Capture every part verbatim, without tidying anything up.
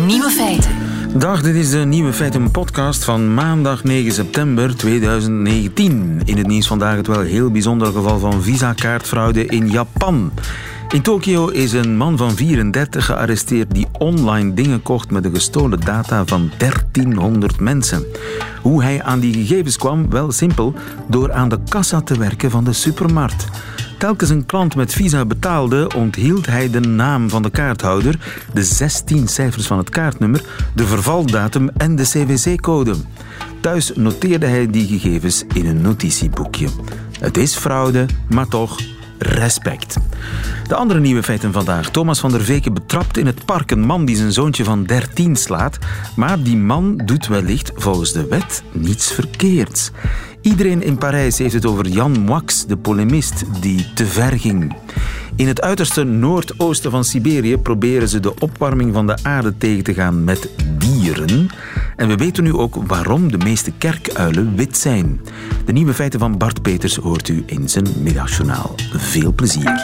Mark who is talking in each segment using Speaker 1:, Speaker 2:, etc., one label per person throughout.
Speaker 1: Nieuwe feiten.
Speaker 2: Dag, dit is de Nieuwe Feiten podcast van maandag negen september tweeduizend negentien. In het nieuws vandaag het wel heel bijzondere geval van visa-kaartfraude in Japan. In Tokio is een man van vierendertig gearresteerd die online dingen kocht met de gestolen data van dertienhonderd mensen. Hoe hij aan die gegevens kwam? Wel simpel, door aan de kassa te werken van de supermarkt. Telkens een klant met Visa betaalde, onthield hij de naam van de kaarthouder, de zestien cijfers van het kaartnummer, de vervaldatum en de C V C-code. Thuis noteerde hij die gegevens in een notitieboekje. Het is fraude, maar toch respect. De andere nieuwe feiten vandaag. Thomas van der Veken betrapt in het park een man die zijn zoontje van dertien slaat, maar die man doet wellicht volgens de wet niets verkeerds. Iedereen in Parijs heeft het over Jan Moix, de polemist die te ver ging. In het uiterste noordoosten van Siberië proberen ze de opwarming van de aarde tegen te gaan met dieren. En we weten nu ook waarom de meeste kerkuilen wit zijn. De nieuwe feiten van Bart Peters hoort u in zijn middagjournaal. Veel plezier.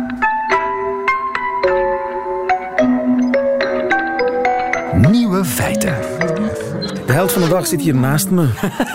Speaker 2: Nieuwe feiten. De held van de dag zit hier naast me.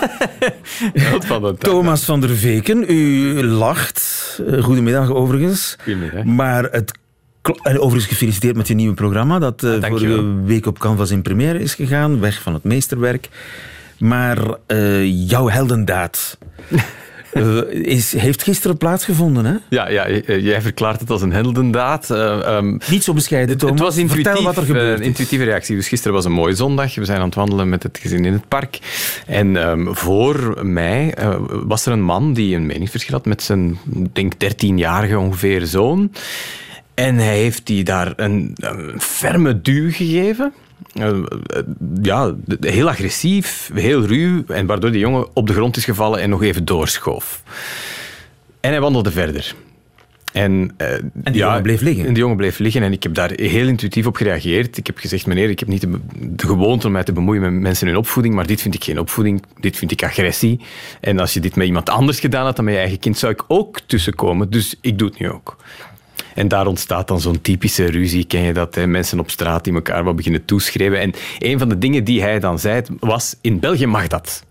Speaker 3: Held van de dag.
Speaker 2: Thomas van der Veken, u lacht. Goedemiddag overigens.
Speaker 3: Goedemiddag.
Speaker 2: Maar het En overigens gefeliciteerd met je nieuwe programma, dat uh, vorige week op Canvas in première is gegaan. Weg van het meesterwerk. Maar uh, jouw heldendaad uh, is, heeft gisteren plaatsgevonden, hè?
Speaker 3: Ja, ja, jij verklaart het als een heldendaad. Uh, um,
Speaker 2: Niet zo bescheiden, Thomas.
Speaker 3: Het was intuïtief,
Speaker 2: Vertel wat er gebeurd
Speaker 3: een intuïtieve reactie. Dus gisteren was een mooie zondag. We zijn aan het wandelen met het gezin in het park. En um, voor mij uh, was er een man die een meningsverschil had met zijn, denk dertienjarige ongeveer zoon. En hij heeft die daar een, een ferme duw gegeven. Uh, uh, ja, heel agressief, heel ruw. En waardoor die jongen op de grond is gevallen en nog even doorschoof. En hij wandelde verder. En, uh,
Speaker 2: en die
Speaker 3: ja,
Speaker 2: jongen bleef liggen?
Speaker 3: En die jongen bleef liggen. En ik heb daar heel intuïtief op gereageerd. Ik heb gezegd, meneer, ik heb niet de, de gewoonte om mij te bemoeien met mensen in hun opvoeding, maar dit vind ik geen opvoeding. Dit vind ik agressie. En als je dit met iemand anders gedaan had dan met je eigen kind, zou ik ook tussenkomen. Dus ik doe het nu ook. En daar ontstaat dan zo'n typische ruzie, ken je dat? Hè? Mensen op straat die elkaar wat beginnen toeschreeuwen. En een van de dingen die hij dan zei was, in België mag dat.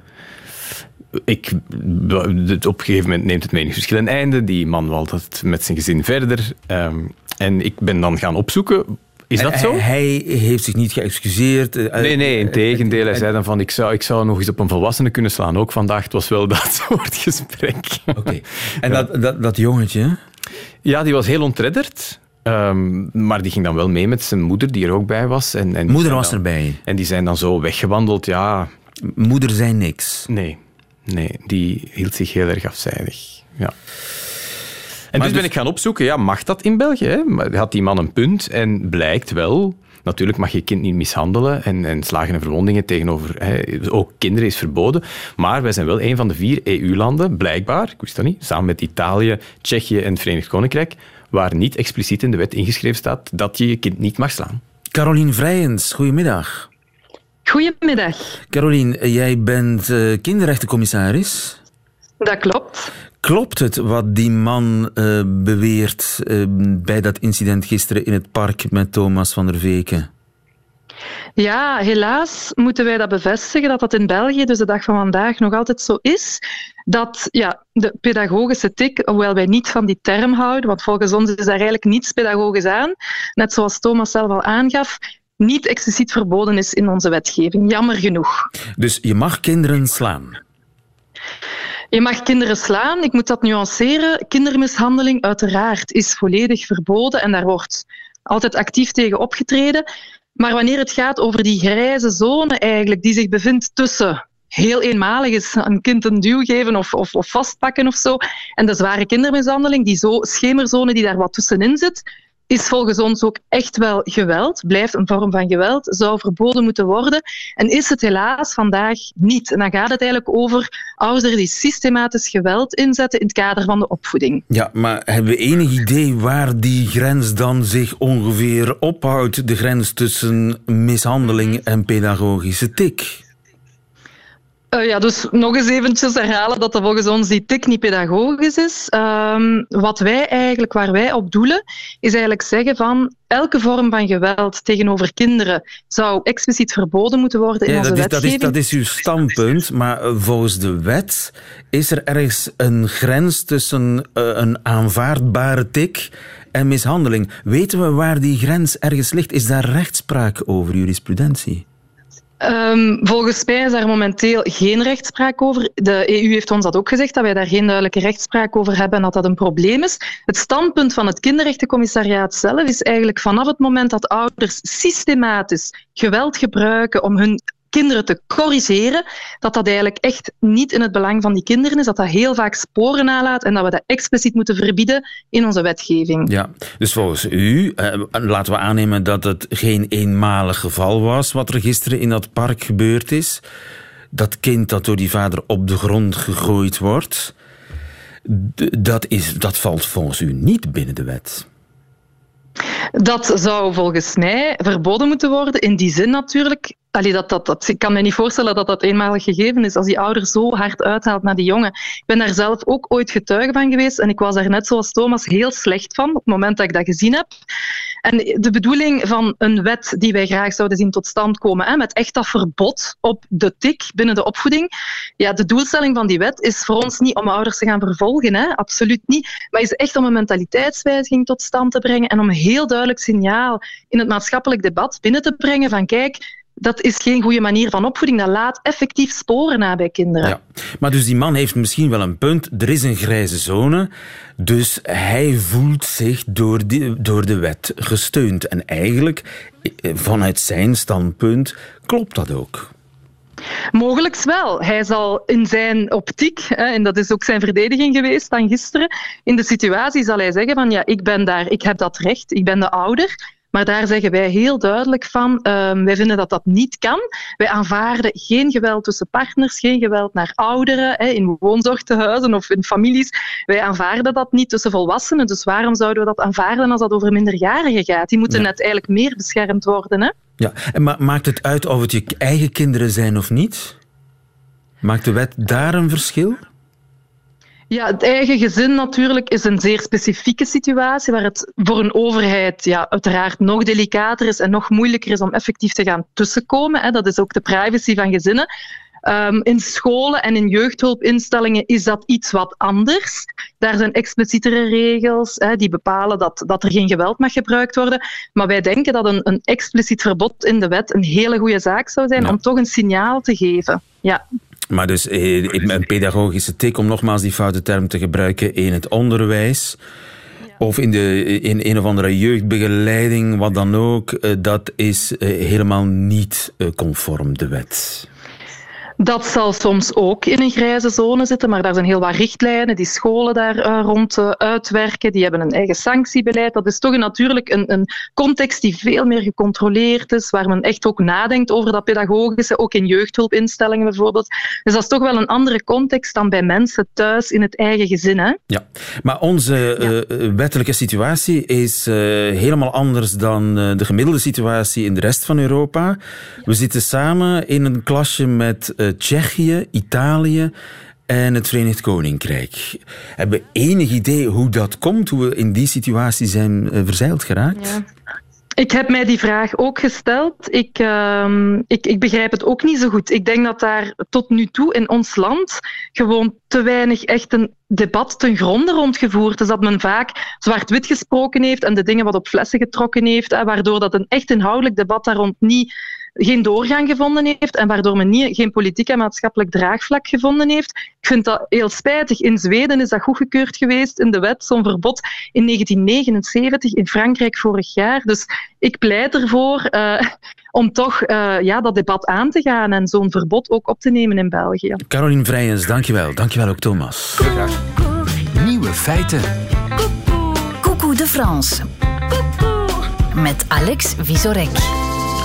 Speaker 3: Ik, op een gegeven moment neemt het meningsverschil een einde. Die man wandelt met zijn gezin verder. Um, en ik ben dan gaan opzoeken. Is dat zo?
Speaker 2: Hij, hij heeft zich niet geëxcuseerd.
Speaker 3: Nee, nee, in tegendeel. Hij zei dan van, ik zou, ik zou nog eens op een volwassene kunnen slaan. Ook vandaag, het was wel dat soort gesprek.
Speaker 2: Oké. Okay. En ja. dat, dat, dat jongetje...
Speaker 3: Ja, die was heel ontredderd. Um, maar die ging dan wel mee met zijn moeder, die er ook bij was. En, en
Speaker 2: moeder was
Speaker 3: dan,
Speaker 2: erbij?
Speaker 3: En die zijn dan zo weggewandeld, ja...
Speaker 2: Moeder zei niks?
Speaker 3: Nee, nee, die hield zich heel erg afzijdig. Ja. En dus, dus ben ik gaan opzoeken, ja, mag dat in België? Hè? Maar had die man een punt en blijkt wel... Natuurlijk mag je kind niet mishandelen en, en slagen en verwondingen tegenover... Hè, ook kinderen is verboden. Maar wij zijn wel een van de vier E U-landen, blijkbaar, ik wist dat niet, samen met Italië, Tsjechië en het Verenigd Koninkrijk, waar niet expliciet in de wet ingeschreven staat dat je je kind niet mag slaan.
Speaker 2: Carolien Vrijens, goedemiddag.
Speaker 4: Goedemiddag.
Speaker 2: Carolien, jij bent uh, kinderrechtencommissaris.
Speaker 4: Dat klopt.
Speaker 2: Klopt het wat die man uh, beweert uh, bij dat incident gisteren in het park met Thomas van der Veken?
Speaker 4: Ja, helaas moeten wij dat bevestigen, dat dat in België, dus de dag van vandaag, nog altijd zo is. Dat ja, de pedagogische tik, hoewel wij niet van die term houden, want volgens ons is daar eigenlijk niets pedagogisch aan, net zoals Thomas zelf al aangaf, niet expliciet verboden is in onze wetgeving. Jammer genoeg.
Speaker 2: Dus je mag kinderen slaan?
Speaker 4: Je mag kinderen slaan, ik moet dat nuanceren. Kindermishandeling uiteraard is volledig verboden en daar wordt altijd actief tegen opgetreden. Maar wanneer het gaat over die grijze zone eigenlijk, die zich bevindt tussen heel eenmalig is een kind een duw geven of, of, of vastpakken of zo, en de zware kindermishandeling, die zo, schemerzone die daar wat tussenin zit, is volgens ons ook echt wel geweld, blijft een vorm van geweld, zou verboden moeten worden en is het helaas vandaag niet. En dan gaat het eigenlijk over ouders die systematisch geweld inzetten in het kader van de opvoeding.
Speaker 2: Ja, maar hebben we enig idee waar die grens dan zich ongeveer ophoudt, de grens tussen mishandeling en pedagogische tik?
Speaker 4: Uh, ja, dus nog eens eventjes herhalen dat er volgens ons die tik niet pedagogisch is. Um, wat wij eigenlijk, waar wij op doelen, is eigenlijk zeggen van elke vorm van geweld tegenover kinderen zou expliciet verboden moeten worden in
Speaker 2: ja,
Speaker 4: onze
Speaker 2: dat is,
Speaker 4: wetgeving.
Speaker 2: Dat is, dat is uw standpunt, maar volgens de wet is er ergens een grens tussen uh, een aanvaardbare tik en mishandeling. Weten we waar die grens ergens ligt? Is daar rechtspraak over, jurisprudentie?
Speaker 4: Um, volgens mij is daar momenteel geen rechtspraak over. De E U heeft ons dat ook gezegd, dat wij daar geen duidelijke rechtspraak over hebben en dat dat een probleem is. Het standpunt van het kinderrechtencommissariaat zelf is eigenlijk vanaf het moment dat ouders systematisch geweld gebruiken om hun kinderen te corrigeren, dat dat eigenlijk echt niet in het belang van die kinderen is, dat dat heel vaak sporen nalaat en dat we dat expliciet moeten verbieden in onze wetgeving.
Speaker 2: Ja, dus volgens u, eh, laten we aannemen dat het geen eenmalig geval was wat er gisteren in dat park gebeurd is. Dat kind dat door die vader op de grond gegooid wordt, d- dat, is, dat valt volgens u niet binnen de wet.
Speaker 4: Dat zou volgens mij verboden moeten worden, in die zin natuurlijk. Allee, dat, dat, dat, ik kan me niet voorstellen dat dat eenmalig gegeven is als die ouder zo hard uithaalt naar die jongen. Ik ben daar zelf ook ooit getuige van geweest en ik was daar net zoals Thomas heel slecht van op het moment dat ik dat gezien heb. En de bedoeling van een wet die wij graag zouden zien tot stand komen, hè, met echt dat verbod op de tik binnen de opvoeding. Ja, de doelstelling van die wet is voor ons niet om ouders te gaan vervolgen, hè, absoluut niet. Maar is echt om een mentaliteitswijziging tot stand te brengen en om een heel duidelijk signaal in het maatschappelijk debat binnen te brengen van kijk, dat is geen goede manier van opvoeding. Dat laat effectief sporen na bij kinderen. Ja.
Speaker 2: Maar dus die man heeft misschien wel een punt. Er is een grijze zone. Dus hij voelt zich door, die, door de wet gesteund. En eigenlijk, vanuit zijn standpunt, klopt dat ook.
Speaker 4: Mogelijks wel. Hij zal in zijn optiek, en dat is ook zijn verdediging geweest dan gisteren, in de situatie zal hij zeggen van ja, ik ben daar, ik heb dat recht, ik ben de ouder. Maar daar zeggen wij heel duidelijk van, um, wij vinden dat dat niet kan. Wij aanvaarden geen geweld tussen partners, geen geweld naar ouderen, hè, in woonzorgtehuizen of in families. Wij aanvaarden dat niet tussen volwassenen. Dus waarom zouden we dat aanvaarden als dat over minderjarigen gaat? Die moeten ja. net eigenlijk meer beschermd worden. Hè?
Speaker 2: Ja, en ma- maakt het uit of het je eigen kinderen zijn of niet? Maakt de wet daar een verschil?
Speaker 4: Ja, het eigen gezin natuurlijk is een zeer specifieke situatie waar het voor een overheid ja, uiteraard nog delicater is en nog moeilijker is om effectief te gaan tussenkomen. Hè. Dat is ook de privacy van gezinnen. Um, in scholen en in jeugdhulpinstellingen is dat iets wat anders. Daar zijn explicietere regels hè, die bepalen dat, dat er geen geweld mag gebruikt worden. Maar wij denken dat een, een expliciet verbod in de wet een hele goede zaak zou zijn ja. om toch een signaal te geven. Ja.
Speaker 2: Maar dus een pedagogische tik, om nogmaals die foute term te gebruiken, in het onderwijs ja. of in, de, in een of andere jeugdbegeleiding, wat dan ook, dat is helemaal niet conform de wet.
Speaker 4: Dat zal soms ook in een grijze zone zitten, maar daar zijn heel wat richtlijnen die scholen daar uh, rond uh, uitwerken. Die hebben een eigen sanctiebeleid. Dat is toch een, natuurlijk een, een context die veel meer gecontroleerd is, waar men echt ook nadenkt over dat pedagogische, ook in jeugdhulpinstellingen bijvoorbeeld. Dus dat is toch wel een andere context dan bij mensen thuis in het eigen gezin. Hè?
Speaker 2: Ja, maar onze ja. uh, wettelijke situatie is uh, helemaal anders dan uh, de gemiddelde situatie in de rest van Europa. We zitten samen in een klasje met uh, Tsjechië, Italië en het Verenigd Koninkrijk. Hebben we enig idee hoe dat komt, hoe we in die situatie zijn uh, verzeild geraakt?
Speaker 4: Ja. Ik heb mij die vraag ook gesteld. Ik, uh, ik, ik begrijp het ook niet zo goed. Ik denk dat daar tot nu toe in ons land gewoon te weinig echt een debat ten gronde rondgevoerd is. Dat men vaak zwart-wit gesproken heeft en de dingen wat op flessen getrokken heeft, hè, waardoor dat een echt inhoudelijk debat daar rond niet geen doorgang gevonden heeft en waardoor men niet, geen politiek en maatschappelijk draagvlak gevonden heeft. Ik vind dat heel spijtig. In Zweden is dat goedgekeurd geweest in de wet, zo'n verbod in negentien negenenzeventig, in Frankrijk vorig jaar. Dus ik pleit ervoor uh, om toch uh, ja, dat debat aan te gaan en zo'n verbod ook op te nemen in België.
Speaker 2: Caroline Vrijens, dankjewel. Dankjewel ook Thomas.
Speaker 1: Nieuwe feiten.
Speaker 5: Coucou de France. Met Alex Visorek.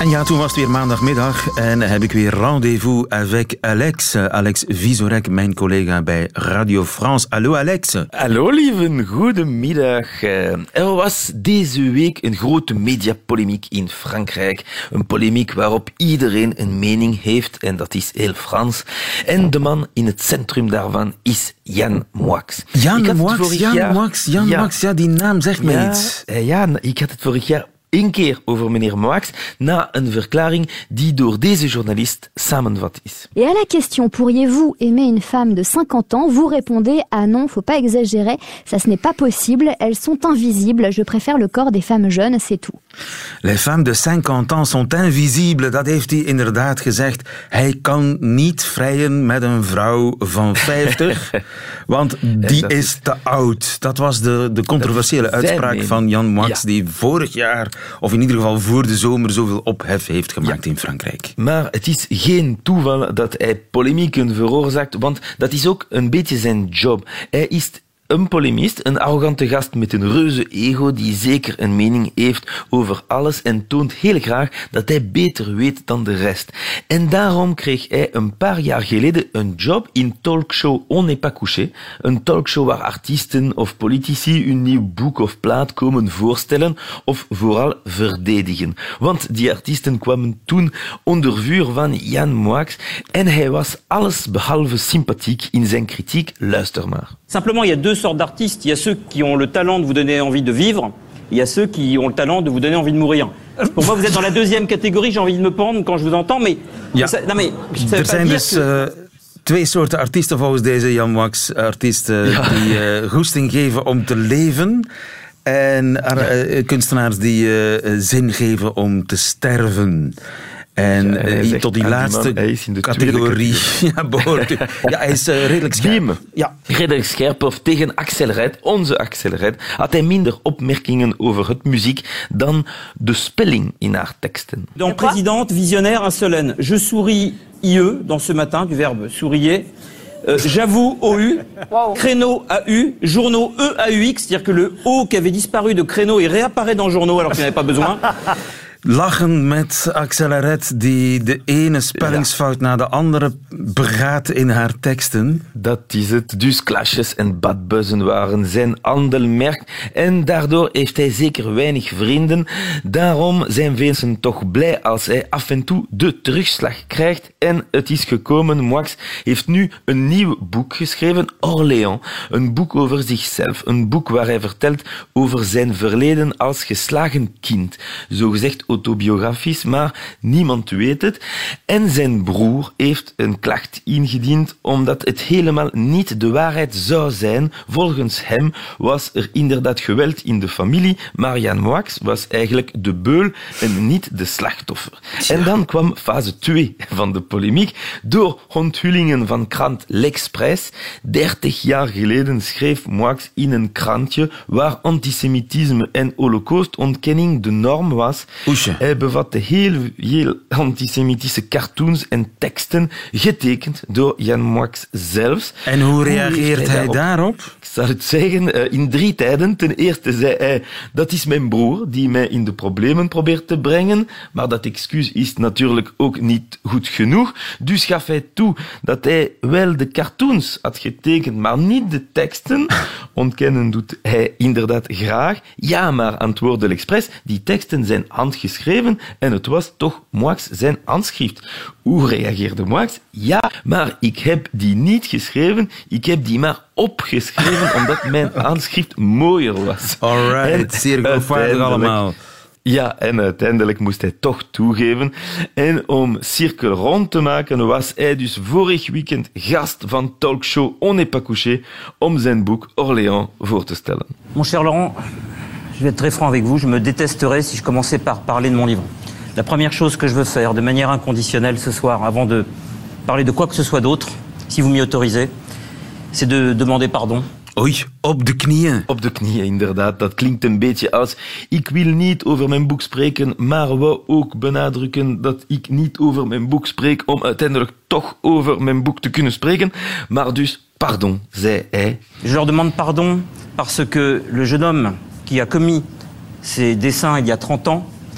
Speaker 2: En ja, toen was het weer maandagmiddag en heb ik weer rendezvous avec Alex. Alex Vizorek, mijn collega bij Radio France. Hallo Alex.
Speaker 5: Hallo lieven, goedemiddag. Er was deze week een grote mediapolemiek in Frankrijk. Een polemiek waarop iedereen een mening heeft en dat is heel Frans. En de man in het centrum daarvan is Yann Moix.
Speaker 2: Yann Moix, Yann
Speaker 5: jaar...
Speaker 2: Moix, Yann
Speaker 5: ja.
Speaker 2: Moix, ja, die naam zegt me
Speaker 5: ja,
Speaker 2: iets.
Speaker 5: Ja, ik had het vorig jaar één keer over meneer Moix na een verklaring die door deze journalist samenvat is.
Speaker 6: Et à la question, pourriez-vous aimer une femme de cinquante ans? Vous répondez, ah non, faut pas exagérer, ça ce n'est pas possible, elles sont invisibles, je préfère le corps des femmes jeunes, c'est tout.
Speaker 2: Les femmes de cinquante ans sont invisibles, dat heeft hij inderdaad gezegd. Hij kan niet vrijen met een vrouw van vijftig, want die is te oud. Dat was de, de controversiële uitspraak van Yann Moix, ja. die vorig jaar, of in ieder geval voor de zomer, zoveel ophef heeft gemaakt ja. in Frankrijk.
Speaker 5: Maar het is geen toeval dat hij polemieken veroorzaakt, want dat is ook een beetje zijn job. Hij is een polemist, een arrogante gast met een reuze ego die zeker een mening heeft over alles en toont heel graag dat hij beter weet dan de rest. En daarom kreeg hij een paar jaar geleden een job in talkshow On n'est pas couché, een talkshow waar artiesten of politici een nieuw boek of plaat komen voorstellen of vooral verdedigen. Want die artiesten kwamen toen onder vuur van Yann Moix en hij was alles behalve sympathiek in zijn kritiek. Luister maar.
Speaker 7: Simplement, il y a deux sortes d'artistes. Il y a ceux qui ont le talent de vous donner envie de vivre, et il y a ceux qui ont le talent de vous donner envie de mourir. Pour moi, vous êtes dans la deuxième catégorie. J'ai envie de me pendre quand je vous entends, mais...
Speaker 2: Ja.
Speaker 7: Ça, non, mais ça
Speaker 2: er zijn dus que... uh, twee soorten artiesten volgens deze Yann Moix. Artiesten ja. die uh, goesting geven om te leven en uh, kunstenaars die uh, zin geven om te sterven. En ja, uh, tot die laatste man, categorie ja, behoort u. Ja, hij is uh, redelijk scherp.
Speaker 5: Ja. Redelijk scherp, of tegen Axel Red, onze Axel Red, had hij minder opmerkingen over het muziek dan de spelling in haar teksten.
Speaker 7: Donc, présidente, visionnaire, insolène. Je souris I E dans ce matin, du verbe sourier. Euh, J'avoue O U, wow. Créneau A U, journaux E A U X, c'est-à-dire que le O qui avait disparu de créneau, il réapparaît dans journaux alors qu'il n'y avait pas besoin.
Speaker 2: Lachen met Axel Red, die de ene spellingsfout ja. na de andere begaat in haar teksten.
Speaker 5: Dat is het. Dus clashes en badbuzzen waren zijn handelmerk. En daardoor heeft hij zeker weinig vrienden. Daarom zijn mensen toch blij als hij af en toe de terugslag krijgt. En het is gekomen. Moix heeft nu een nieuw boek geschreven, Orléans. Een boek over zichzelf. Een boek waar hij vertelt over zijn verleden als geslagen kind. Zogezegd autobiografisch, maar niemand weet het. En zijn broer heeft een klacht ingediend omdat het helemaal niet de waarheid zou zijn. Volgens hem was er inderdaad geweld in de familie, maar Yann Moix was eigenlijk de beul en niet de slachtoffer. Ja. En dan kwam fase twee van de polemiek door onthullingen van krant L'Express. dertig jaar geleden schreef Moix in een krantje waar antisemitisme en holocaustontkenning de norm was. Oesje. Hij bevatte heel, heel antisemitische cartoons en teksten, getekend door Yann Moix zelf.
Speaker 2: En hoe reageert hoe hij, hij daarop?
Speaker 5: Ik zal het zeggen, in drie tijden. Ten eerste zei hij, dat is mijn broer die mij in de problemen probeert te brengen, maar dat excuus is natuurlijk ook niet goed genoeg. Dus gaf hij toe dat hij wel de cartoons had getekend, maar niet de teksten. Ontkennen doet hij inderdaad graag. Ja, maar antwoordde L'Express, die teksten zijn handgeschreven en het was toch Moix zijn handschrift. Hoe reageerde Moix? Ja, maar ik heb die niet geschreven, ik heb die maar opgeschreven omdat mijn handschrift mooier was.
Speaker 2: Alright, zeer geloofwaardig allemaal.
Speaker 5: Ja, en uiteindelijk moest hij toch toegeven. En om cirkel rond te maken was hij dus vorig weekend gast van talkshow On n'est pas couché om zijn boek Orléans voor te stellen.
Speaker 7: Mon cher Laurent, je vais être très franc avec vous, je me détesterais si je commençais par parler de mon livre. La première chose que je veux faire de manière inconditionnelle ce soir, avant de parler de quoi que ce soit d'autre, si vous m'y autorisez, c'est de demander pardon.
Speaker 2: Oei, op de knieën.
Speaker 5: Op de knieën, inderdaad. Dat klinkt een beetje als... Ik wil niet over mijn boek spreken, maar wou ook benadrukken dat ik niet over mijn boek spreek om uiteindelijk toch over mijn boek te kunnen spreken. Maar dus, pardon, zei hij.
Speaker 7: Je leur demande pardon parce que le jeune homme qui a commis ces dessins il y a trente ans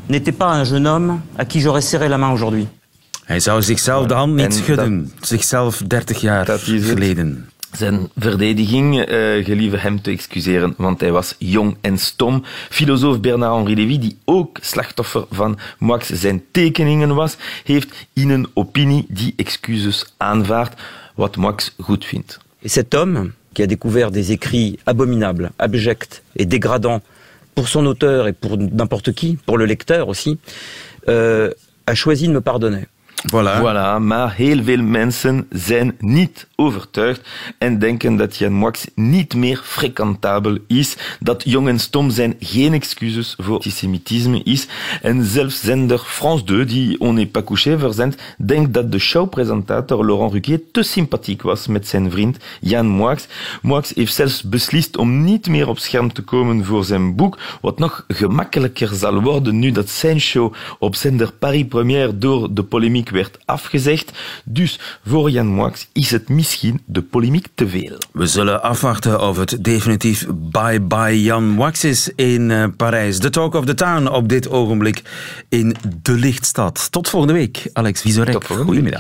Speaker 7: n'était pas un jeune homme à qui j'aurais serré la main aujourd'hui.
Speaker 2: Hij zou zichzelf de hand niet
Speaker 5: En
Speaker 2: schudden.
Speaker 5: dat,
Speaker 2: zichzelf dertig jaar
Speaker 5: dat is het.
Speaker 2: geleden.
Speaker 5: Zijn verdediging, uh, gelieve hem te excuseren, want hij was jong en stom. Filosoof Bernard-Henri Lévy, die ook slachtoffer van Moix zijn tekeningen was, heeft in een opinie die excuses aanvaardt, wat Moix goed vindt.
Speaker 8: Et cet homme, qui a découvert des écrits abominables, abjects et dégradants pour son auteur et pour n'importe qui, pour le lecteur aussi, euh, a choisi de me pardonner.
Speaker 2: Voilà.
Speaker 5: Voilà, maar heel veel mensen zijn niet overtuigd en denken dat Jan Moix niet meer frequentabel is, dat jong en stom zijn geen excuses voor antisemitisme is. En zelfs zender France deux, die On n'est pas couché verzendt, denkt dat de showpresentator Laurent Ruquier te sympathiek was met zijn vriend Jan Moix. Moix heeft zelfs beslist om niet meer op scherm te komen voor zijn boek, wat nog gemakkelijker zal worden nu dat zijn show op zender Paris Première door de polemiek werd afgezegd. Dus voor Jan Moix is het misschien de polemiek te veel.
Speaker 2: We zullen afwachten of het definitief bye-bye Jan Moix is in uh, Parijs. The talk of the town op dit ogenblik in de Lichtstad. Tot volgende week, Alex Vizorek. Goedemiddag.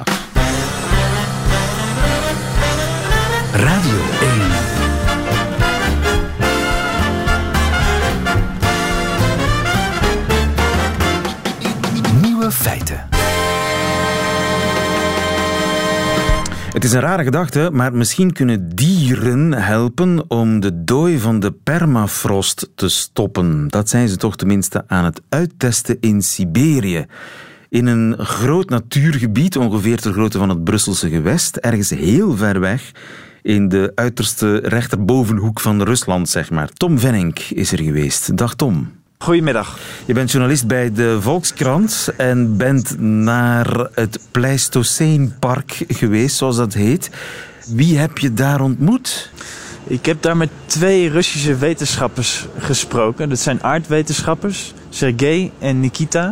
Speaker 1: Radio één. Nieuwe feiten.
Speaker 2: Het is een rare gedachte, maar misschien kunnen dieren helpen om de dooi van de permafrost te stoppen. Dat zijn ze toch tenminste aan het uittesten in Siberië. In een groot natuurgebied, ongeveer ter grootte van het Brusselse gewest, ergens heel ver weg, in de uiterste rechterbovenhoek van Rusland, zeg maar. Tom Venink is er geweest. Dag Tom.
Speaker 9: Goedemiddag.
Speaker 2: Je bent journalist bij de Volkskrant en bent naar het Pleistoceenpark geweest, zoals dat heet. Wie heb je daar ontmoet?
Speaker 9: Ik heb daar met twee Russische wetenschappers gesproken. Dat zijn aardwetenschappers, Sergei en Nikita.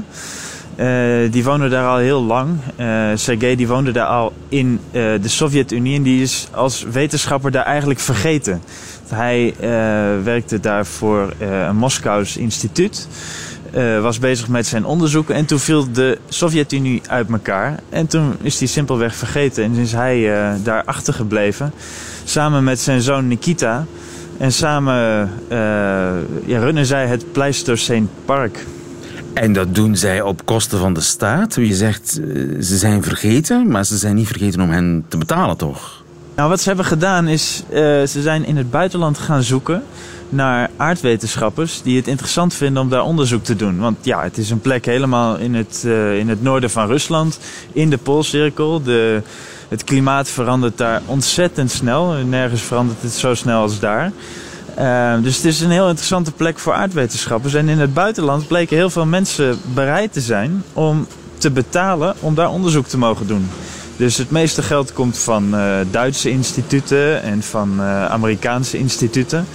Speaker 9: Uh, die wonen daar al heel lang. Uh, Sergei die woonde daar al in uh, de Sovjet-Unie en die is als wetenschapper daar eigenlijk vergeten. Hij uh, werkte daar voor uh, een Moskous instituut, uh, was bezig met zijn onderzoeken en toen viel de Sovjet-Unie uit elkaar. En toen is hij simpelweg vergeten en is hij uh, daar achtergebleven, samen met zijn zoon Nikita. En samen uh, ja, runnen zij het Pleistoceenpark.
Speaker 2: En dat doen zij op kosten van de staat. Je zegt, ze zijn vergeten, maar ze zijn niet vergeten om hen te betalen, toch?
Speaker 9: Nou, wat ze hebben gedaan is, uh, ze zijn in het buitenland gaan zoeken naar aardwetenschappers die het interessant vinden om daar onderzoek te doen. Want ja, het is een plek helemaal in het, uh, in het noorden van Rusland, in de Poolcirkel. De, het klimaat verandert daar ontzettend snel. Nergens verandert het zo snel als daar. Uh, dus het is een heel interessante plek voor aardwetenschappers. En in het buitenland bleken heel veel mensen bereid te zijn om te betalen om daar onderzoek te mogen doen. Dus het meeste geld komt van uh, Duitse instituten en van uh, Amerikaanse instituten.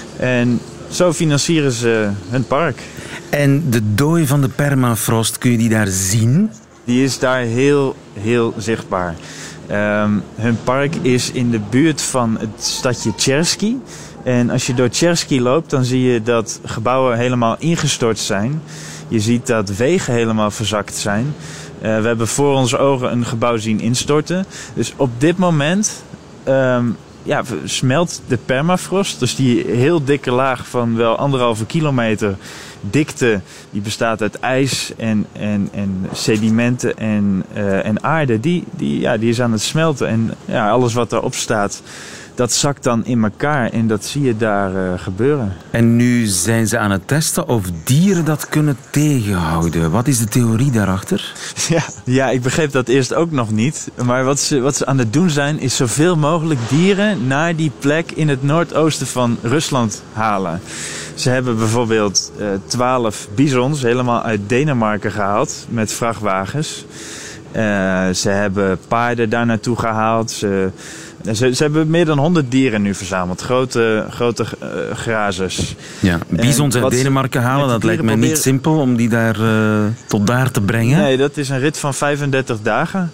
Speaker 9: En zo financieren ze hun park.
Speaker 2: En de dooi van de permafrost, kun je die daar zien?
Speaker 9: Die is daar heel, heel zichtbaar. Um, hun park is in de buurt van het stadje Chersky. En als je door Chersky loopt, dan zie je dat gebouwen helemaal ingestort zijn. Je ziet dat wegen helemaal verzakt zijn. Uh, we hebben voor onze ogen een gebouw zien instorten. Dus op dit moment um, ja, smelt de permafrost. Dus die heel dikke laag van wel anderhalve kilometer dikte, die bestaat uit ijs en, en, en sedimenten en, uh, en aarde. Die, die, ja, die is aan het smelten. En ja, alles wat daarop staat, dat zakt dan in elkaar en dat zie je daar uh, gebeuren.
Speaker 2: En nu zijn ze aan het testen of dieren dat kunnen tegenhouden. Wat is de theorie daarachter?
Speaker 9: Ja, ja, ik begreep dat eerst ook nog niet. Maar wat ze, wat ze aan het doen zijn, is zoveel mogelijk dieren naar die plek in het noordoosten van Rusland halen. Ze hebben bijvoorbeeld twaalf uh, bisons helemaal uit Denemarken gehaald met vrachtwagens. Uh, ze hebben paarden daar naartoe gehaald. Ze Ze, ze hebben meer dan honderd dieren nu verzameld. Grote, grote uh, grazers.
Speaker 2: Ja, bizons uit Denemarken halen, dat lijkt mij proberen... niet simpel om die daar uh, tot daar te brengen.
Speaker 9: Nee, dat is een rit van vijfendertig dagen.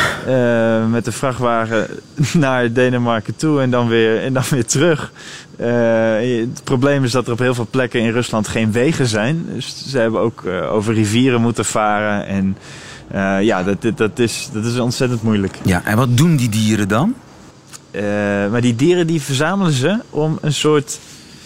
Speaker 9: Uh, met de vrachtwagen naar Denemarken toe en dan weer, en dan weer terug. Uh, het probleem is dat er op heel veel plekken in Rusland geen wegen zijn. Dus ze hebben ook uh, over rivieren moeten varen. En uh, ja, dat, dat, is, dat is ontzettend moeilijk.
Speaker 2: Ja, en wat doen die dieren dan?
Speaker 9: Uh, maar die dieren die verzamelen ze om een soort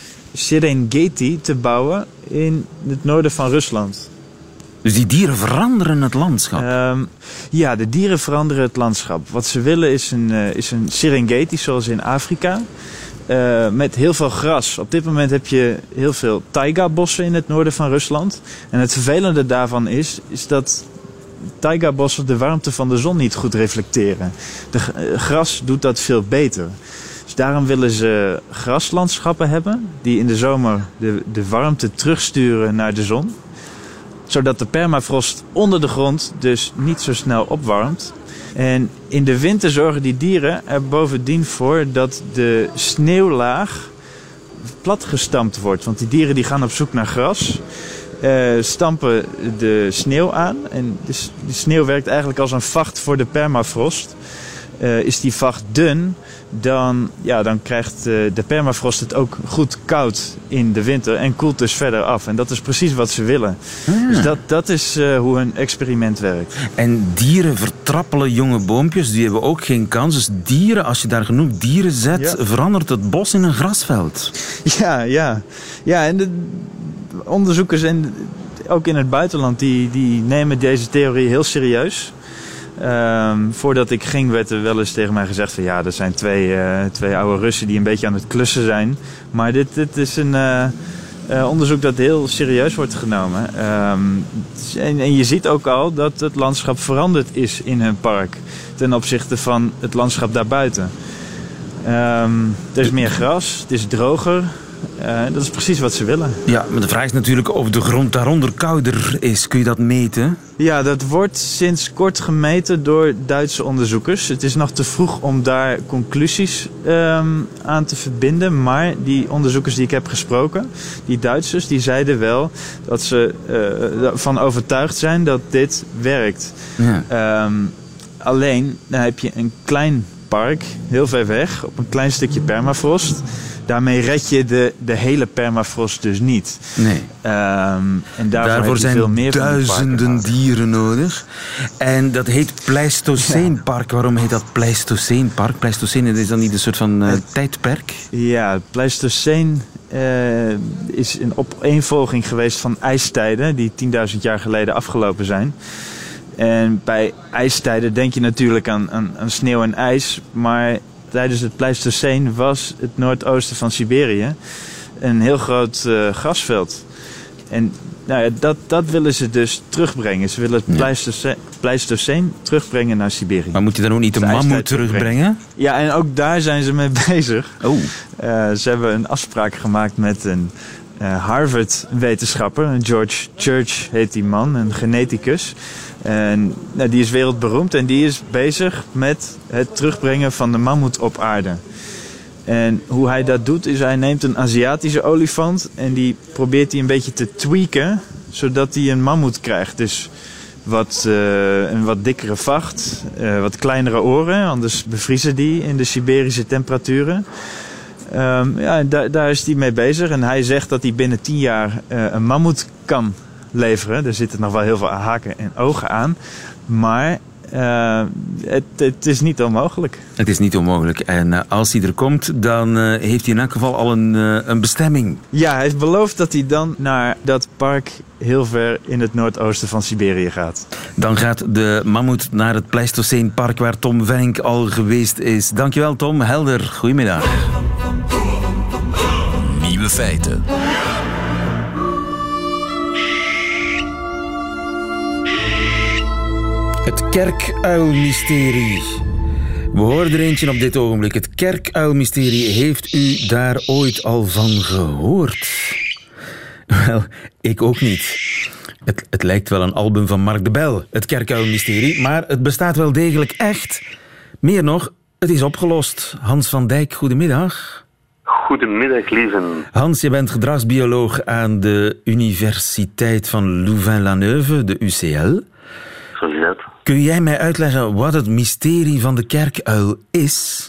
Speaker 9: Serengeti te bouwen in het noorden van Rusland.
Speaker 2: Dus die dieren veranderen het landschap?
Speaker 9: Um, ja, de dieren veranderen het landschap. Wat ze willen is een, uh, is een Serengeti zoals in Afrika. Uh, met heel veel gras. Op dit moment heb je heel veel taiga-bossen in het noorden van Rusland. En het vervelende daarvan is, is dat taiga-bossen de warmte van de zon niet goed reflecteren. De uh, gras doet dat veel beter. Dus daarom willen ze graslandschappen hebben die in de zomer de, de warmte terugsturen naar de zon. Zodat de permafrost onder de grond dus niet zo snel opwarmt. En in de winter zorgen die dieren er bovendien voor dat de sneeuwlaag platgestampt wordt. Want die dieren die gaan op zoek naar gras, uh, stampen de sneeuw aan. En de, de sneeuw werkt eigenlijk als een vacht voor de permafrost. Uh, is die vacht dun, dan, ja, dan krijgt uh, de permafrost het ook goed koud in de winter en koelt dus verder af. En dat is precies wat ze willen. Ah. Dus dat, dat is uh, hoe hun experiment werkt.
Speaker 2: En dieren vertrappelen jonge boompjes, die hebben ook geen kans. Dus dieren, als je daar genoeg dieren zet, ja. verandert het bos in een grasveld.
Speaker 9: Ja, ja. Ja, en de onderzoekers en ook in het buitenland, die, die nemen deze theorie heel serieus. Um, voordat ik ging werd er wel eens tegen mij gezegd van ja, dat zijn twee, uh, twee oude Russen die een beetje aan het klussen zijn. Maar dit, dit is een uh, uh, onderzoek dat heel serieus wordt genomen. Um, en, en je ziet ook al dat het landschap veranderd is in hun park ten opzichte van het landschap daarbuiten. Um, er is meer gras, het is droger. Uh, dat is precies wat ze willen.
Speaker 2: Ja, maar de vraag is natuurlijk of de grond daaronder kouder is. Kun je dat meten?
Speaker 9: Ja, dat wordt sinds kort gemeten door Duitse onderzoekers. Het is nog te vroeg om daar conclusies um, aan te verbinden. Maar die onderzoekers die ik heb gesproken, die Duitsers, die zeiden wel dat ze uh, van overtuigd zijn dat dit werkt. Ja. Um, alleen, dan heb je een klein park, heel ver weg, op een klein stukje permafrost. Daarmee red je de, de hele permafrost dus niet.
Speaker 2: Nee.
Speaker 9: Um, en daarvoor,
Speaker 2: daarvoor zijn
Speaker 9: veel meer
Speaker 2: duizenden dieren nodig. En dat heet Pleistoceenpark. Ja. Waarom heet dat Pleistoceenpark? Pleistoceen is dan niet een soort van uh, het, tijdperk?
Speaker 9: Ja, Pleistoceen uh, is een opeenvolging geweest van ijstijden die tienduizend jaar geleden afgelopen zijn. En bij ijstijden denk je natuurlijk aan, aan, aan sneeuw en ijs, maar tijdens het Pleistoceen was het noordoosten van Siberië een heel groot uh, grasveld. En nou ja, dat, dat willen ze dus terugbrengen. Ze willen het ja. Pleistoceen, Pleistoceen terugbrengen naar Siberië.
Speaker 2: Maar moet je dan ook niet de mammoet terugbrengen?
Speaker 9: Ja, en ook daar zijn ze mee bezig.
Speaker 2: Oh.
Speaker 9: Uh, ze hebben een afspraak gemaakt met een uh, Harvard-wetenschapper. George Church heet die man, een geneticus. En nou, die is wereldberoemd en die is bezig met het terugbrengen van de mammoet op aarde. En hoe hij dat doet is hij neemt een Aziatische olifant en die probeert hij een beetje te tweaken, zodat hij een mammoet krijgt. Dus wat, uh, een wat dikkere vacht, uh, wat kleinere oren, anders bevriezen die in de Siberische temperaturen. Um, ja, daar, daar is hij mee bezig en hij zegt dat hij binnen tien jaar uh, een mammoet kan leveren. Er zitten nog wel heel veel haken en ogen aan. Maar uh, het, het is niet onmogelijk.
Speaker 2: Het is niet onmogelijk. En uh, als hij er komt, dan uh, heeft hij in elk geval al een, uh, een bestemming.
Speaker 9: Ja, hij heeft beloofd dat hij dan naar dat park heel ver in het noordoosten van Siberië gaat.
Speaker 2: Dan gaat de mammoet naar het Pleistoceenpark waar Tom Venink al geweest is. Dankjewel Tom. Helder. Goedemiddag.
Speaker 1: Nieuwe feiten.
Speaker 2: Het kerkuilmysterie. We horen er eentje op dit ogenblik. Het kerkuilmysterie. Heeft u daar ooit al van gehoord? Wel, ik ook niet. Het, het lijkt wel een album van Mark de Bel, het kerkuilmysterie, maar het bestaat wel degelijk echt. Meer nog, Het is opgelost. Hans van Dijk, goedemiddag.
Speaker 10: Goedemiddag, lieven.
Speaker 2: Hans, je bent gedragsbioloog aan de Universiteit van Louvain-la-Neuve, de U C L.
Speaker 10: Zo is dat.
Speaker 2: Kun jij mij uitleggen wat het mysterie van de kerkuil is?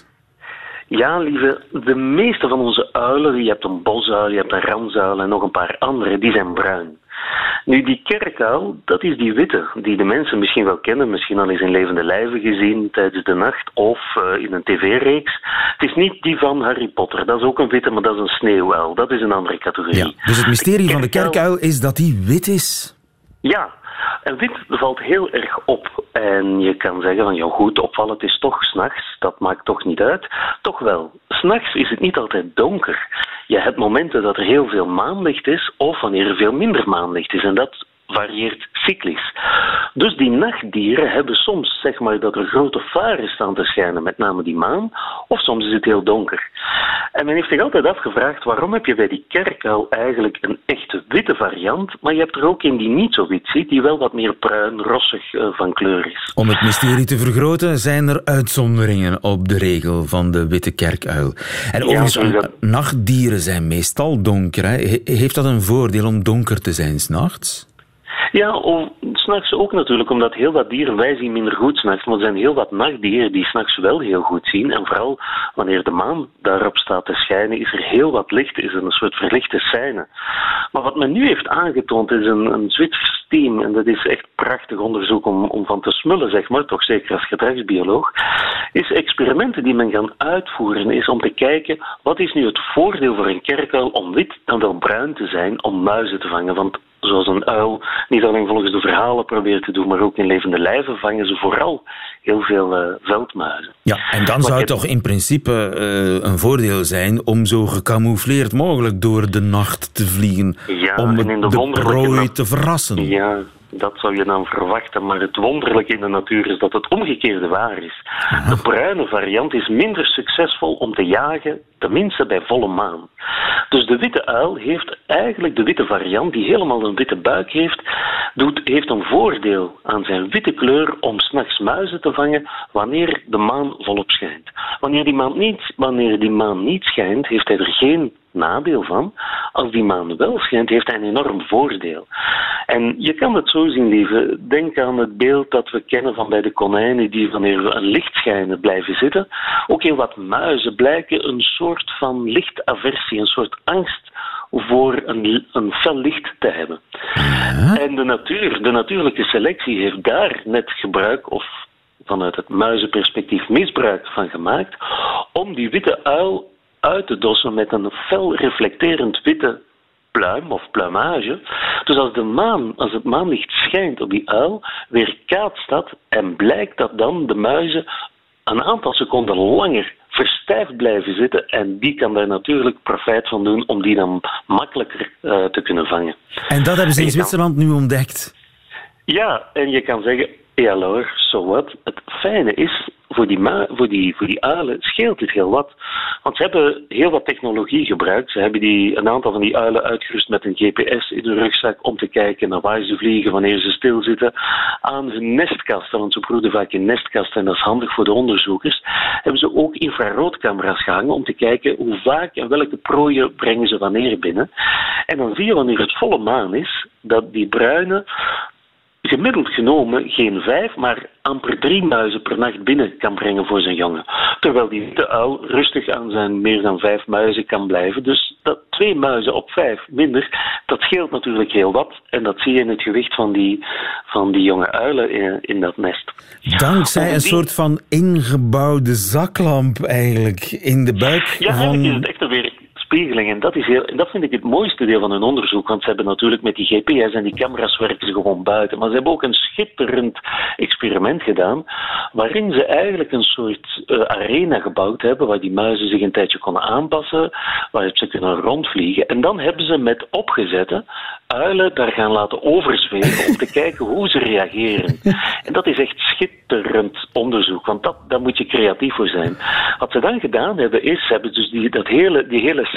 Speaker 10: Ja, lieve, de meeste van onze uilen, je hebt een bosuil, je hebt een ramsuil en nog een paar andere, die zijn bruin. Nu, die kerkuil, dat is die witte, die de mensen misschien wel kennen, misschien al eens in levende lijven gezien tijdens de nacht of uh, in een tv-reeks. Het is niet die van Harry Potter, dat is ook een witte, maar dat is een sneeuwuil. Dat is een andere categorie.
Speaker 2: Ja, dus het mysterie
Speaker 10: de
Speaker 2: van de kerkuil is dat die wit is?
Speaker 10: Ja, en wit valt heel erg op. En je kan zeggen van, ja goed, opvallend is toch 's nachts, dat maakt toch niet uit. Toch wel, 's nachts is het niet altijd donker. Je hebt momenten dat er heel veel maanlicht is, of wanneer er veel minder maanlicht is. En dat varieert cyclisch. Dus die nachtdieren hebben soms, zeg maar, dat er grote varen staan te schijnen, met name die maan, of soms is het heel donker. En men heeft zich altijd afgevraagd, waarom heb je bij die kerkuil eigenlijk een echte witte variant, maar je hebt er ook een die niet zo wit ziet, die wel wat meer bruin, rossig uh, van kleur is.
Speaker 2: Om het mysterie te vergroten zijn er uitzonderingen op de regel van de witte kerkuil. En overigens,
Speaker 10: ja, dat...
Speaker 2: nachtdieren zijn meestal donker. Hè? He- heeft dat een voordeel om donker te zijn 's nachts?
Speaker 10: Ja, of 's nachts ook natuurlijk, omdat heel wat dieren, wij zien minder goed 's nachts, maar er zijn heel wat nachtdieren die 's nachts wel heel goed zien. En vooral wanneer de maan daarop staat te schijnen, is er heel wat licht, is er een soort verlichte scène. Maar wat men nu heeft aangetoond is een, een Zwitsers team, en dat is echt prachtig onderzoek om, om van te smullen, zeg maar, toch zeker als gedragsbioloog, is experimenten die men gaan uitvoeren, is om te kijken, wat is nu het voordeel voor een kerkuil om wit dan wel bruin te zijn, om muizen te vangen, want zoals een uil niet alleen volgens de verhalen probeert te doen, maar ook in levende lijven vangen ze vooral heel veel uh, veldmuizen.
Speaker 2: Ja, en dan zou het toch in principe uh, een voordeel zijn om zo gecamoufleerd mogelijk door de nacht te vliegen,
Speaker 10: ja,
Speaker 2: om
Speaker 10: en in de,
Speaker 2: de prooi te verrassen.
Speaker 10: Ja, dat zou je dan verwachten, maar het wonderlijke in de natuur is dat het omgekeerde waar is. Aha. De bruine variant is minder succesvol om te jagen, tenminste bij volle maan. Dus de witte uil heeft eigenlijk de witte variant, die helemaal een witte buik heeft, doet, heeft een voordeel aan zijn witte kleur om 's nachts muizen te vangen wanneer de maan volop schijnt. Wanneer die maan niet, wanneer die maan niet schijnt, heeft hij er geen nadeel van. Als die maan wel schijnt, heeft hij een enorm voordeel. En je kan het zo zien, lieve. Denk aan het beeld dat we kennen van bij de konijnen die wanneer we een licht schijnen blijven zitten. Ook heel wat muizen blijken een soort van lichtaversie, een soort angst voor een, een fel licht te hebben. Ja. En de natuur, de natuurlijke selectie heeft daar net gebruik, of vanuit het muizenperspectief misbruik van gemaakt, om die witte uil uit te dossen met een fel reflecterend witte pluim of pluimage. Dus als, de maan, als het maanlicht schijnt op die uil, weerkaatst dat en blijkt dat dan de muizen een aantal seconden langer verstijfd blijven zitten en die kan daar natuurlijk profijt van doen om die dan makkelijker uh, te kunnen vangen.
Speaker 2: En dat hebben ze in Zwitserland nu ontdekt?
Speaker 10: Ja, en je kan zeggen, ja alors, so what? Het fijne is, voor die, ma- voor, die, voor die uilen scheelt dit heel wat. Want ze hebben heel wat technologie gebruikt. Ze hebben die, een aantal van die uilen uitgerust met een G P S in hun rugzak om te kijken naar waar ze vliegen, wanneer ze stilzitten. Aan hun nestkasten, want ze broeden vaak in nestkasten en dat is handig voor de onderzoekers. Hebben ze ook infraroodcamera's gehangen om te kijken hoe vaak en welke prooien brengen ze wanneer binnen. En dan zie je wanneer het volle maan is, dat die bruine gemiddeld genomen geen vijf, maar amper drie muizen per nacht binnen kan brengen voor zijn jongen. Terwijl die witte uil rustig aan zijn meer dan vijf muizen kan blijven. Dus dat twee muizen op vijf minder, dat scheelt natuurlijk heel wat. En dat zie je in het gewicht van die, van die jonge uilen in, in dat nest.
Speaker 2: Dankzij een die... soort van ingebouwde zaklamp eigenlijk in de buik
Speaker 10: ja,
Speaker 2: van...
Speaker 10: Ja, eigenlijk is het echt alweer spiegeling. En dat, is heel, en dat vind ik het mooiste deel van hun onderzoek, want ze hebben natuurlijk met die G P S en die camera's werken ze gewoon buiten. Maar ze hebben ook een schitterend experiment gedaan, waarin ze eigenlijk een soort uh, arena gebouwd hebben, waar die muizen zich een tijdje konden aanpassen, waar ze kunnen rondvliegen. En dan hebben ze met opgezette uilen daar gaan laten overzweven om te kijken hoe ze reageren. En dat is echt schitterend onderzoek, want dat, daar moet je creatief voor zijn. Wat ze dan gedaan hebben, is, ze hebben dus die, dat hele, die hele scène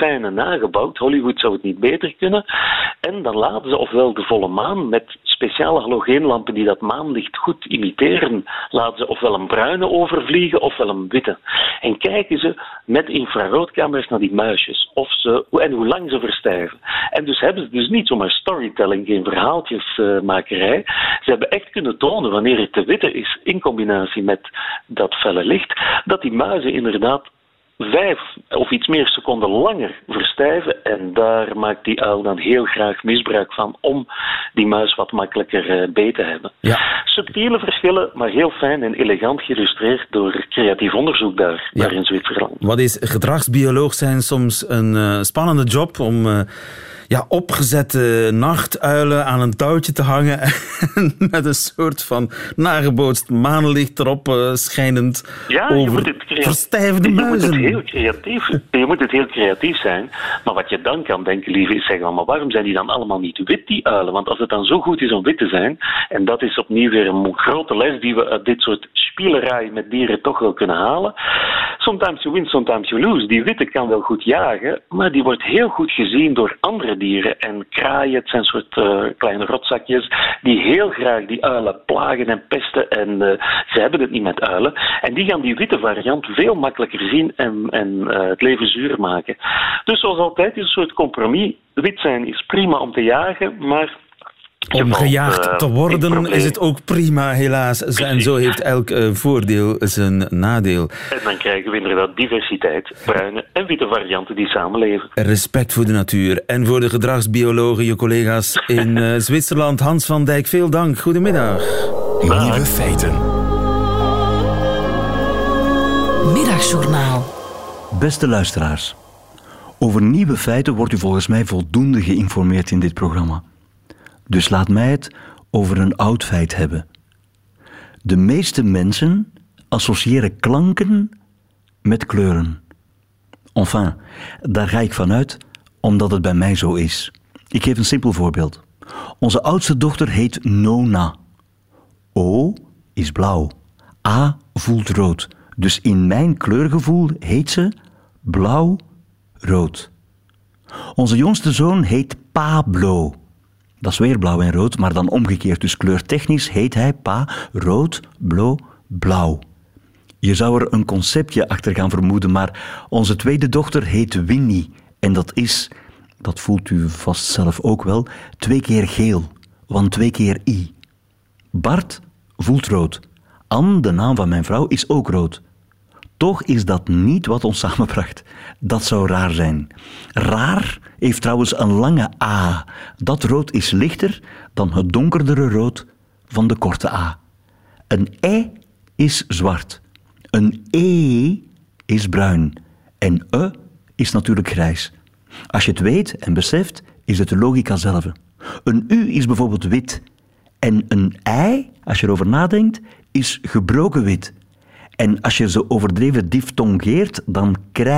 Speaker 10: scène nagebouwd. Hollywood zou het niet beter kunnen. En dan laten ze ofwel de volle maan met speciale halogeenlampen die dat maanlicht goed imiteren, laten ze ofwel een bruine overvliegen ofwel een witte. En kijken ze met infraroodcamera's naar die muisjes of ze, en hoe lang ze verstijven. En dus hebben ze dus niet zomaar storytelling, geen verhaaltjesmakerij. Ze hebben echt kunnen tonen wanneer het te witte is in combinatie met dat felle licht, dat die muizen inderdaad vijf of iets meer seconden langer verstijven en daar maakt die uil dan heel graag misbruik van om die muis wat makkelijker uh, beet te hebben. Ja. Subtiele verschillen, maar heel fijn en elegant geïllustreerd door creatief onderzoek daar, ja. daar in Zwitserland.
Speaker 2: Wat is gedragsbioloog zijn soms een uh, spannende job om uh, ja, opgezette nachtuilen aan een touwtje te hangen en met een soort van nagebootst maanlicht erop uh, schijnend
Speaker 10: ja,
Speaker 2: over
Speaker 10: je moet het creatief,
Speaker 2: verstijfde muizen.
Speaker 10: Je moet het heel creatief, je moet het heel creatief zijn, maar wat je dan kan denken, lieve, is zeggen, maar waarom zijn die dan allemaal niet wit, die uilen? Want als het dan zo goed is om wit te zijn, en dat is opnieuw weer een grote les die we uit dit soort spielerij met dieren toch wel kunnen halen. Sometimes you win, sometimes you lose. Die witte kan wel goed jagen, maar die wordt heel goed gezien door andere dieren. En kraaien, het zijn soort uh, kleine rotzakjes die heel graag die uilen plagen en pesten. En uh, ze hebben het niet met uilen. En die gaan die witte variant veel makkelijker zien en, en uh, het leven zuur maken. Dus zoals altijd is een soort compromis. Wit zijn is prima om te jagen, maar
Speaker 2: om gejaagd te worden is het ook prima, helaas. Precies. En zo heeft elk uh, voordeel zijn nadeel.
Speaker 10: En dan krijgen we inderdaad diversiteit, bruine en witte varianten die samenleven.
Speaker 2: Respect voor de natuur en voor de gedragsbiologen, je collega's in uh, Zwitserland. Hans van Dijk, veel dank. Goedemiddag.
Speaker 1: Nieuwe feiten.
Speaker 11: Middagjournaal.
Speaker 12: Beste luisteraars, over nieuwe feiten wordt u volgens mij voldoende geïnformeerd in dit programma. Dus laat mij het over een oud feit hebben. De meeste mensen associëren klanken met kleuren. Enfin, daar ga ik vanuit, omdat het bij mij zo is. Ik geef een simpel voorbeeld. Onze oudste dochter heet Nona. O is blauw. A voelt rood. Dus in mijn kleurgevoel heet ze blauw-rood. Onze jongste zoon heet Pablo. Dat is weer blauw en rood, maar dan omgekeerd. Dus kleurtechnisch heet hij Pa, rood, blauw, blauw. Je zou er een conceptje achter gaan vermoeden, maar onze tweede dochter heet Winnie. En dat is, dat voelt u vast zelf ook wel, twee keer geel, want twee keer I. Bart voelt rood. Anne, de naam van mijn vrouw, is ook rood. Toch is dat niet wat ons samenbracht. Dat zou raar zijn. Raar heeft trouwens een lange A. Dat rood is lichter dan het donkerdere rood van de korte A. Een E is zwart. Een E is bruin. En E is natuurlijk grijs. Als je het weet en beseft, is het de logica zelf. Een U is bijvoorbeeld wit. En een I, als je erover nadenkt, is gebroken wit. En als je ze overdreven diftongeert, dan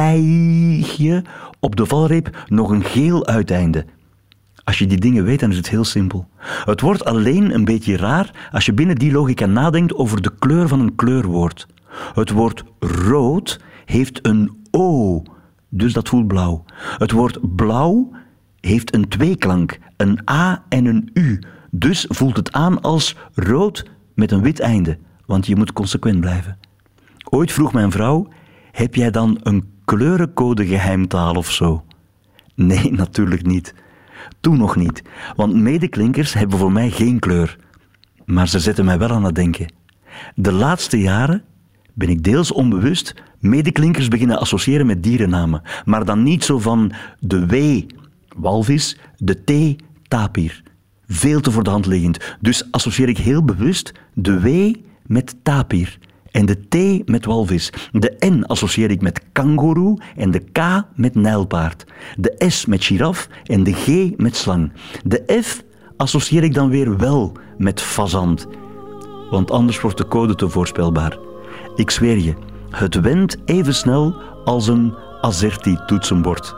Speaker 12: krijg je op de valreep nog een geel uiteinde. Als je die dingen weet, dan is het heel simpel. Het wordt alleen een beetje raar als je binnen die logica nadenkt over de kleur van een kleurwoord. Het woord rood heeft een O, dus dat voelt blauw. Het woord blauw heeft een tweeklank, een A en een U. Dus voelt het aan als rood met een wit einde, want je moet consequent blijven. Ooit vroeg mijn vrouw, heb jij dan een kleurencode geheimtaal of zo? Nee, natuurlijk niet. Toen nog niet, want medeklinkers hebben voor mij geen kleur. Maar ze zetten mij wel aan het denken. De laatste jaren ben ik deels onbewust medeklinkers beginnen associëren met dierennamen. Maar dan niet zo van de W, walvis, de T, tapir. Veel te voor de hand liggend. Dus associeer ik heel bewust de W met tapir. En de T met walvis. De N associeer ik met kangoeroe en de K met nijlpaard. De S met giraf en de G met slang. De F associeer ik dan weer wel met fazant. Want anders wordt de code te voorspelbaar. Ik zweer je, het went even snel als een AZERTY-toetsenbord.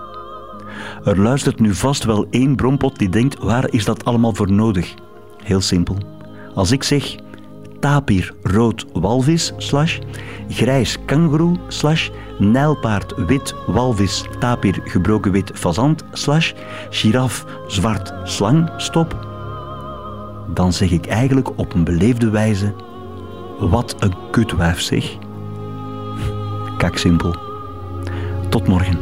Speaker 12: Er luistert nu vast wel één brompot die denkt, waar is dat allemaal voor nodig? Heel simpel. Als ik zeg tapir rood walvis slash grijs kangoeroe slash nijlpaard wit walvis tapir gebroken wit fazant slash giraf zwart slang stop, dan zeg ik eigenlijk op een beleefde wijze: wat een kutwijf zeg. Kaksimpel. Tot morgen.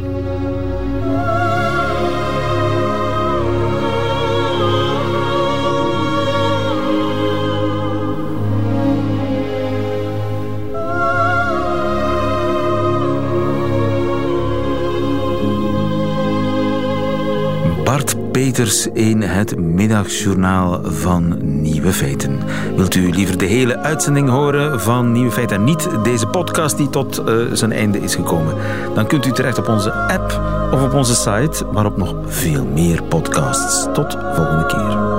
Speaker 2: Bart Peters in het middagjournaal van Nieuwe Feiten. Wilt u liever de hele uitzending horen van Nieuwe Feiten en niet deze podcast die tot uh, zijn einde is gekomen? Dan kunt u terecht op onze app of op onze site, waarop nog veel meer podcasts. Tot volgende keer.